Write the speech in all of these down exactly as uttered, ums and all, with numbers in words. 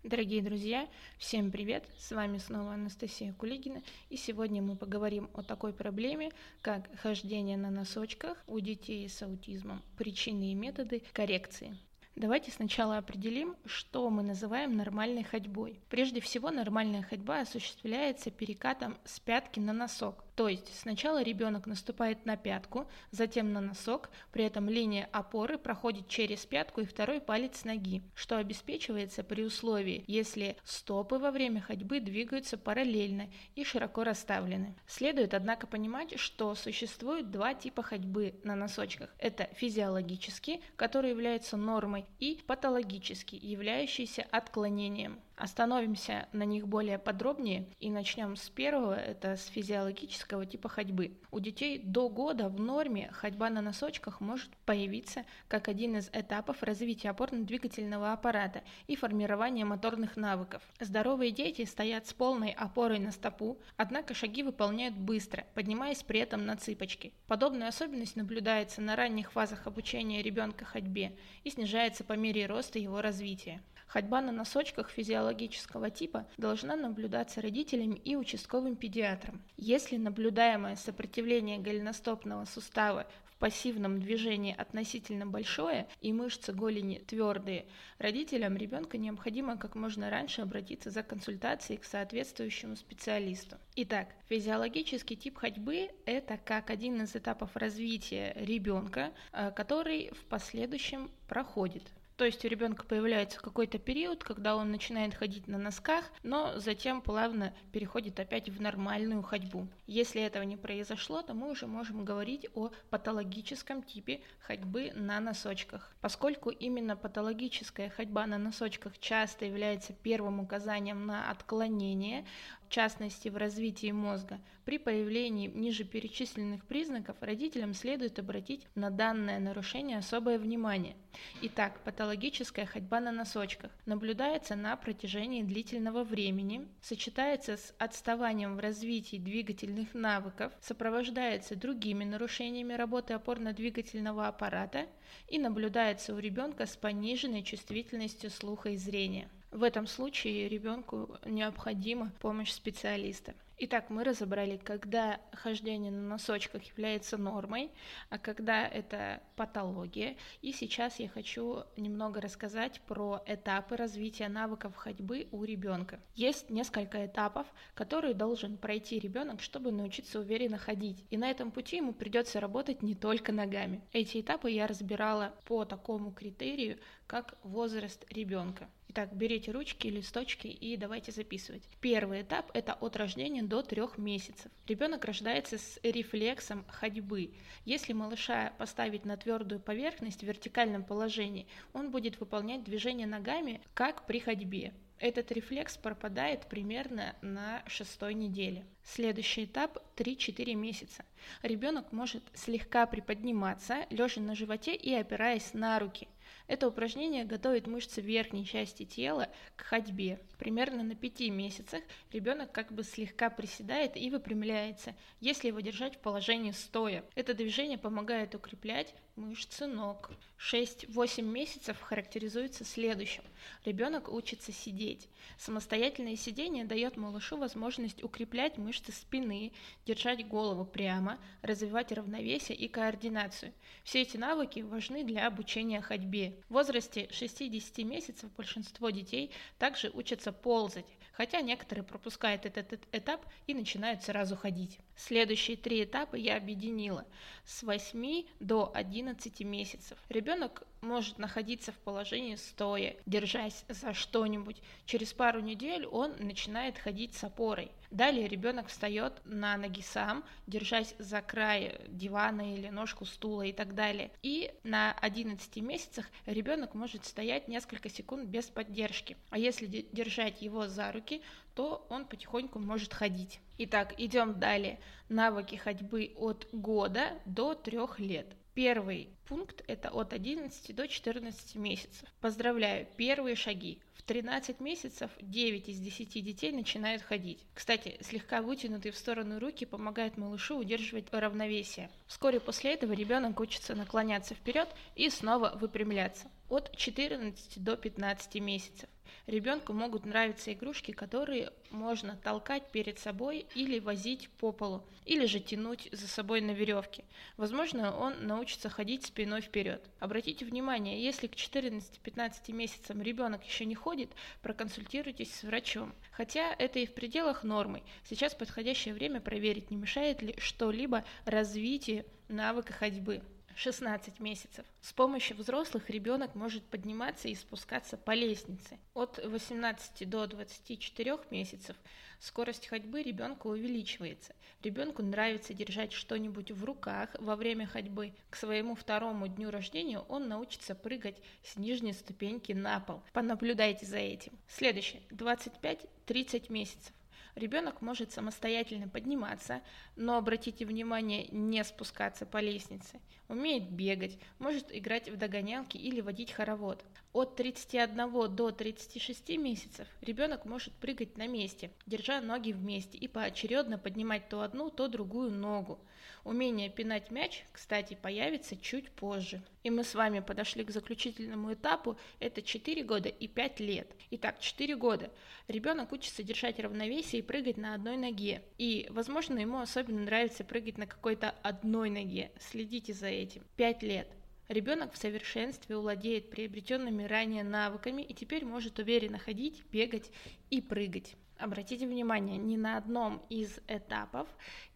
Дорогие друзья, всем привет! С вами снова Анастасия Кулигина, и сегодня мы поговорим о такой проблеме, как хождение на носочках у детей с аутизмом, причины и методы коррекции. Давайте сначала определим, что мы называем нормальной ходьбой. Прежде всего, нормальная ходьба осуществляется перекатом с пятки на носок. То есть сначала ребенок наступает на пятку, затем на носок, при этом линия опоры проходит через пятку и второй палец ноги, что обеспечивается при условии, если стопы во время ходьбы двигаются параллельно и широко расставлены. Следует, однако, понимать, что существует два типа ходьбы на носочках. Это физиологический, который является нормой, и патологический, являющийся отклонением. Остановимся на них более подробнее и начнем с первого, это с физиологического типа ходьбы. У детей до года в норме ходьба на носочках может появиться как один из этапов развития опорно-двигательного аппарата и формирования моторных навыков. Здоровые дети стоят с полной опорой на стопу, однако шаги выполняют быстро, поднимаясь при этом на цыпочки. Подобная особенность наблюдается на ранних фазах обучения ребенка ходьбе и снижается по мере роста его развития. Ходьба на носочках физиологического типа должна наблюдаться родителями и участковым педиатром. Если наблюдаемое сопротивление голеностопного сустава в пассивном движении относительно большое и мышцы голени твердые, родителям ребенка необходимо как можно раньше обратиться за консультацией к соответствующему специалисту. Итак, физиологический тип ходьбы – это как один из этапов развития ребенка, который в последующем проходит. То есть у ребенка появляется какой-то период, когда он начинает ходить на носках, но затем плавно переходит опять в нормальную ходьбу. Если этого не произошло, то мы уже можем говорить о патологическом типе ходьбы на носочках. Поскольку именно патологическая ходьба на носочках часто является первым указанием на отклонение, в частности в развитии мозга, при появлении ниже перечисленных признаков родителям следует обратить на данное нарушение особое внимание. Итак, патологическая ходьба на носочках наблюдается на протяжении длительного времени, сочетается с отставанием в развитии двигательных навыков, сопровождается другими нарушениями работы опорно-двигательного аппарата и наблюдается у ребенка с пониженной чувствительностью слуха и зрения. В этом случае ребенку необходима помощь специалиста. Итак, мы разобрали, когда хождение на носочках является нормой, а когда это патология. И сейчас я хочу немного рассказать про этапы развития навыков ходьбы у ребенка. Есть несколько этапов, которые должен пройти ребенок, чтобы научиться уверенно ходить. И на этом пути ему придется работать не только ногами. Эти этапы я разбирала по такому критерию, как возраст ребенка. Итак, берите ручки, листочки и давайте записывать. Первый этап – это от рождения до трех месяцев. Ребенок рождается с рефлексом ходьбы. Если малыша поставить на твердую поверхность в вертикальном положении, он будет выполнять движение ногами, как при ходьбе. Этот рефлекс пропадает примерно на шестой неделе. Следующий этап – три-четыре месяца. Ребенок может слегка приподниматься, лежа на животе и опираясь на руки. Это упражнение готовит мышцы верхней части тела к ходьбе. Примерно на пяти месяцах ребенок как бы слегка приседает и выпрямляется, если его держать в положении стоя. Это движение помогает укреплять мышцы ног. шесть-восемь месяцев характеризуется следующим. Ребенок учится сидеть. Самостоятельное сидение дает малышу возможность укреплять мышцы спины, держать голову прямо, развивать равновесие и координацию. Все эти навыки важны для обучения ходьбе. В возрасте шести-десяти месяцев большинство детей также учатся ползать, хотя некоторые пропускают этот этап и начинают сразу ходить. Следующие три этапа я объединила с восьми до одиннадцати месяцев. Ребенок может находиться в положении стоя, держась за что-нибудь. Через пару недель он начинает ходить с опорой. Далее ребенок встает на ноги сам, держась за край дивана или ножку стула и так далее. И на одиннадцати месяцах ребенок может стоять несколько секунд без поддержки. А если держать его за руки, то он потихоньку может ходить. Итак, идем далее. Навыки ходьбы от года до трех лет. Первый пункт – это от одиннадцати до четырнадцати месяцев. Поздравляю, первые шаги. В тринадцать месяцев девять из десяти детей начинают ходить. Кстати, слегка вытянутые в сторону руки помогают малышу удерживать равновесие. Вскоре после этого ребенок учится наклоняться вперед и снова выпрямляться. От четырнадцати до пятнадцати месяцев. Ребенку могут нравиться игрушки, которые можно толкать перед собой или возить по полу, или же тянуть за собой на веревке. Возможно, он научится ходить спиной вперед. Обратите внимание, если к четырнадцати-пятнадцати месяцам ребенок еще не ходит, проконсультируйтесь с врачом. Хотя это и в пределах нормы. Сейчас подходящее время проверить, не мешает ли что-либо развитию навыка ходьбы. шестнадцать месяцев. С помощью взрослых ребенок может подниматься и спускаться по лестнице. От восемнадцати до двадцати четырёх месяцев скорость ходьбы ребенка увеличивается. Ребенку нравится держать что-нибудь в руках во время ходьбы. К своему второму дню рождения он научится прыгать с нижней ступеньки на пол. Понаблюдайте за этим. Следующее. двадцать пять-тридцать месяцев. Ребенок может самостоятельно подниматься, но обратите внимание, не спускаться по лестнице. Умеет бегать, может играть в догонялки или водить хоровод. От тридцати одного до тридцати шести месяцев ребенок может прыгать на месте, держа ноги вместе и поочередно поднимать то одну, то другую ногу. Умение пинать мяч, кстати, появится чуть позже. И мы с вами подошли к заключительному этапу, это четыре года и пять лет. Итак, четыре года. Ребенок учится держать равновесие и прыгать на одной ноге. И, возможно, ему особенно нравится прыгать на какой-то одной ноге. Следите за этим. пять лет. Ребенок в совершенстве владеет приобретенными ранее навыками и теперь может уверенно ходить, бегать и прыгать. Обратите внимание, ни на одном из этапов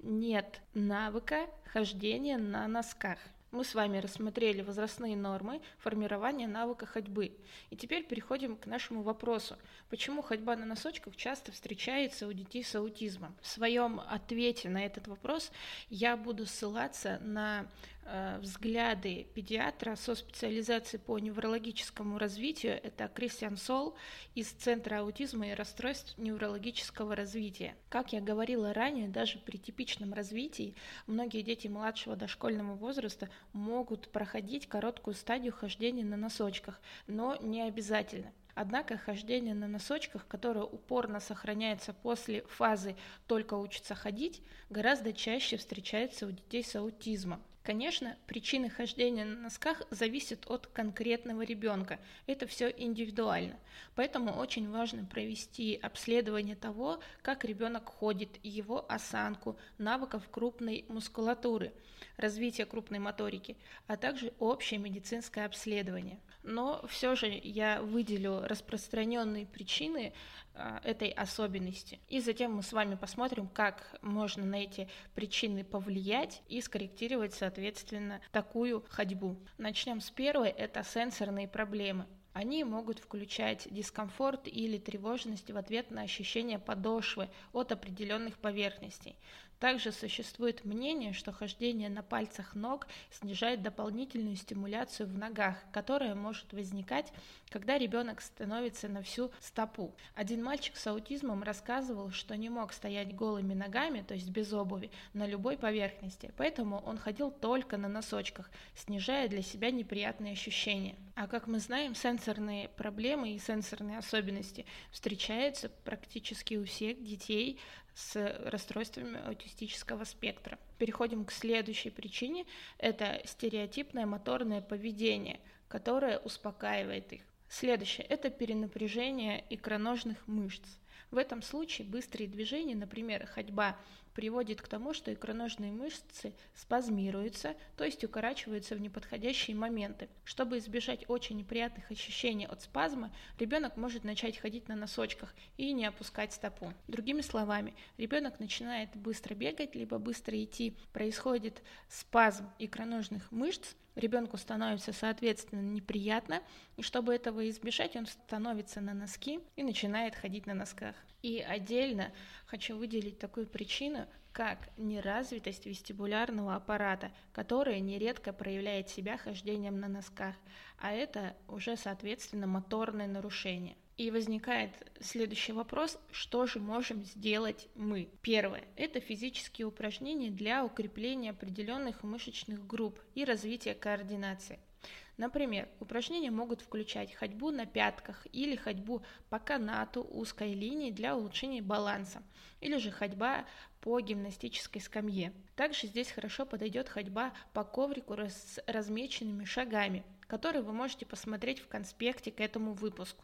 нет навыка хождения на носках. Мы с вами рассмотрели возрастные нормы формирования навыка ходьбы. И теперь переходим к нашему вопросу. Почему ходьба на носочках часто встречается у детей с аутизмом? В своем ответе на этот вопрос я буду ссылаться на э, взгляды педиатра со специализацией по неврологическому развитию. Это Кристиан Сол из Центра аутизма и расстройств неврологического развития. Как я говорила ранее, даже при типичном развитии многие дети младшего дошкольного возраста могут проходить короткую стадию хождения на носочках, но не обязательно. Однако хождение на носочках, которое упорно сохраняется после фазы «только учатся ходить», гораздо чаще встречается у детей с аутизмом. Конечно, причины хождения на носках зависят от конкретного ребенка. Это все индивидуально. Поэтому очень важно провести обследование того, как ребенок ходит, его осанку, навыков крупной мускулатуры, развитие крупной моторики, а также общее медицинское обследование. Но все же я выделю распространенные причины а, этой особенности. И затем мы с вами посмотрим, как можно на эти причины повлиять и скорректировать, соответственно, такую ходьбу. Начнем с первой, это сенсорные проблемы. Они могут включать дискомфорт или тревожность в ответ на ощущение подошвы от определенных поверхностей. Также существует мнение, что хождение на пальцах ног снижает дополнительную стимуляцию в ногах, которая может возникать, когда ребенок становится на всю стопу. Один мальчик с аутизмом рассказывал, что не мог стоять голыми ногами, то есть без обуви, на любой поверхности, поэтому он ходил только на носочках, снижая для себя неприятные ощущения. А как мы знаем, сенсорные проблемы и сенсорные особенности встречаются практически у всех детей с расстройствами аутистического спектра. Переходим к следующей причине. Это стереотипное моторное поведение, которое успокаивает их. Следующее – это перенапряжение икроножных мышц. В этом случае быстрые движения, например, ходьба, приводит к тому, что икроножные мышцы спазмируются, то есть укорачиваются в неподходящие моменты. Чтобы избежать очень неприятных ощущений от спазма, ребенок может начать ходить на носочках и не опускать стопу. Другими словами, ребенок начинает быстро бегать, либо быстро идти, происходит спазм икроножных мышц, ребенку становится, соответственно, неприятно, и чтобы этого избежать, он становится на носки и начинает ходить на носках. И отдельно хочу выделить такую причину, как неразвитость вестибулярного аппарата, которая нередко проявляет себя хождением на носках, а это уже, соответственно, моторное нарушение. И возникает следующий вопрос, что же можем сделать мы? Первое – это физические упражнения для укрепления определенных мышечных групп и развития координации. Например, упражнения могут включать ходьбу на пятках или ходьбу по канату узкой линии для улучшения баланса, или же ходьба по гимнастической скамье. Также здесь хорошо подойдет ходьба по коврику с размеченными шагами, которые вы можете посмотреть в конспекте к этому выпуску. В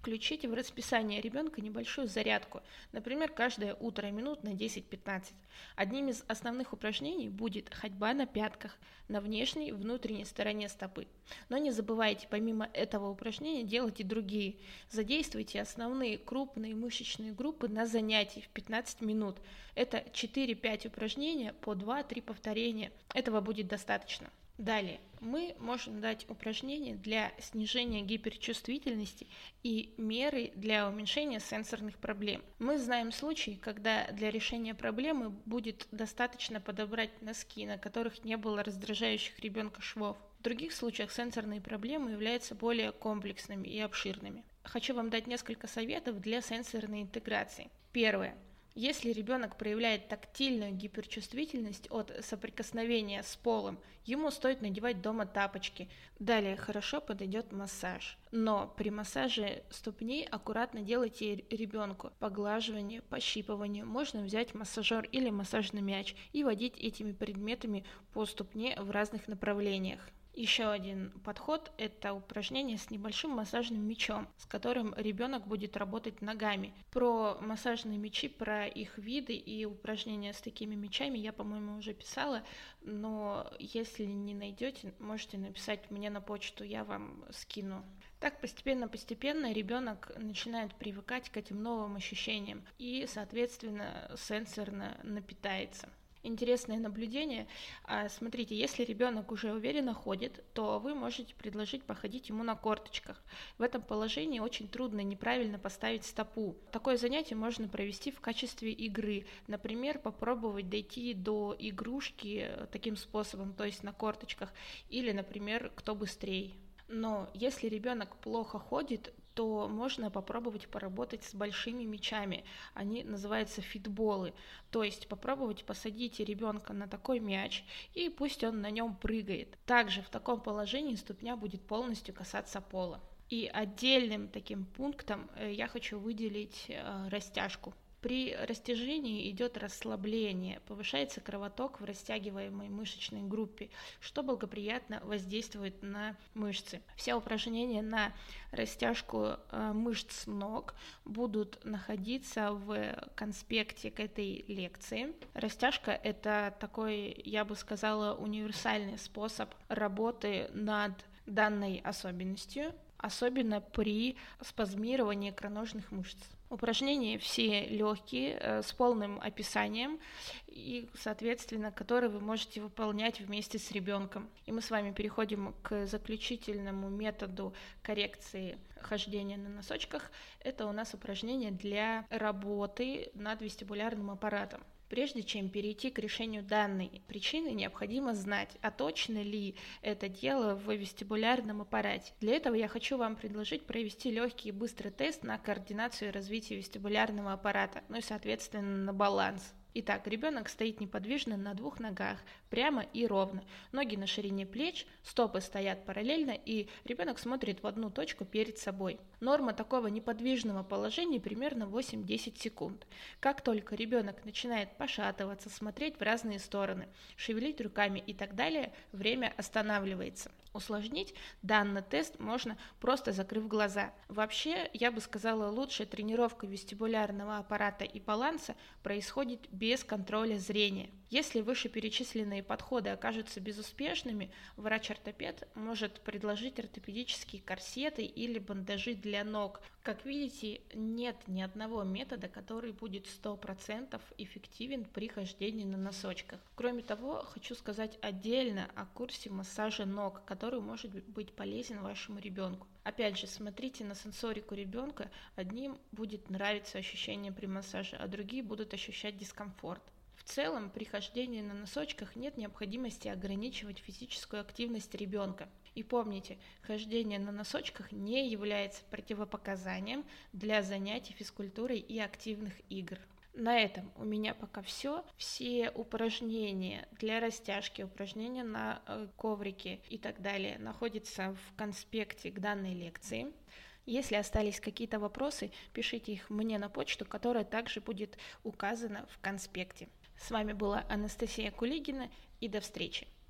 Включите в расписание ребенка небольшую зарядку, например, каждое утро минут на десять-пятнадцать. Одним из основных упражнений будет ходьба на пятках на внешней и внутренней стороне стопы. Но не забывайте, помимо этого упражнения делать и другие. Задействуйте основные крупные мышечные группы на занятии в пятнадцать минут. Это четыре-пять упражнений по два-три повторения. Этого будет достаточно. Далее мы можем дать упражнения для снижения гиперчувствительности и меры для уменьшения сенсорных проблем. Мы знаем случаи, когда для решения проблемы будет достаточно подобрать носки, на которых не было раздражающих ребенка швов. В других случаях сенсорные проблемы являются более комплексными и обширными. Хочу вам дать несколько советов для сенсорной интеграции. Первое. Если ребенок проявляет тактильную гиперчувствительность от соприкосновения с полом, ему стоит надевать дома тапочки. Далее хорошо подойдет массаж. Но при массаже ступней аккуратно делайте ребенку поглаживание, пощипывание. Можно взять массажер или массажный мяч и водить этими предметами по ступне в разных направлениях. Еще один подход – это упражнение с небольшим массажным мячом, с которым ребенок будет работать ногами. Про массажные мячи, про их виды и упражнения с такими мячами я, по-моему, уже писала, но если не найдете, можете написать мне на почту, я вам скину. Так постепенно-постепенно ребенок начинает привыкать к этим новым ощущениям и, соответственно, сенсорно напитается. Интересное наблюдение. Смотрите, если ребенок уже уверенно ходит, то вы можете предложить походить ему на корточках. В этом положении очень трудно неправильно поставить стопу. Такое занятие можно провести в качестве игры. Например, попробовать дойти до игрушки таким способом, то есть на корточках, или, например, кто быстрее. Но если ребенок плохо ходит, то можно попробовать поработать с большими мячами. Они называются фитболы. То есть попробовать посадить ребенка на такой мяч, и пусть он на нем прыгает. Также в таком положении ступня будет полностью касаться пола. И отдельным таким пунктом я хочу выделить растяжку. При растяжении идет расслабление, повышается кровоток в растягиваемой мышечной группе, что благоприятно воздействует на мышцы. Все упражнения на растяжку мышц ног будут находиться в конспекте к этой лекции. Растяжка – это такой, я бы сказала, универсальный способ работы над данной особенностью, особенно при спазмировании икроножных мышц. Упражнения все легкие, с полным описанием, и, соответственно, которые вы можете выполнять вместе с ребенком. И мы с вами переходим к заключительному методу коррекции хождения на носочках. Это у нас упражнение для работы над вестибулярным аппаратом. Прежде чем перейти к решению данной причины, необходимо знать, а точно ли это дело в вестибулярном аппарате. Для этого я хочу вам предложить провести легкий и быстрый тест на координацию и развитие вестибулярного аппарата, ну и, соответственно, на баланс. Итак, ребенок стоит неподвижно на двух ногах, прямо и ровно. Ноги на ширине плеч, стопы стоят параллельно, и ребенок смотрит в одну точку перед собой. Норма такого неподвижного положения примерно восемь-десять секунд. Как только ребенок начинает пошатываться, смотреть в разные стороны, шевелить руками и так далее, время останавливается. Усложнить данный тест можно, просто закрыв глаза. Вообще, я бы сказала, лучшая тренировка вестибулярного аппарата и баланса происходит без контроля зрения. Если вышеперечисленные подходы окажутся безуспешными, врач-ортопед может предложить ортопедические корсеты или бандажи для ног. Как видите, нет ни одного метода, который будет сто процентов эффективен при хождении на носочках. Кроме того, хочу сказать отдельно о курсе массажа ног, который может быть полезен вашему ребенку. Опять же, смотрите на сенсорику ребенка. Одним будет нравиться ощущение при массаже, а другие будут ощущать дискомфорт. В целом, при хождении на носочках нет необходимости ограничивать физическую активность ребенка. И помните, хождение на носочках не является противопоказанием для занятий физкультурой и активных игр. На этом у меня пока все. Все упражнения для растяжки, упражнения на коврике и так далее находятся в конспекте к данной лекции. Если остались какие-то вопросы, пишите их мне на почту, которая также будет указана в конспекте. С вами была Анастасия Кулигина, и до встречи!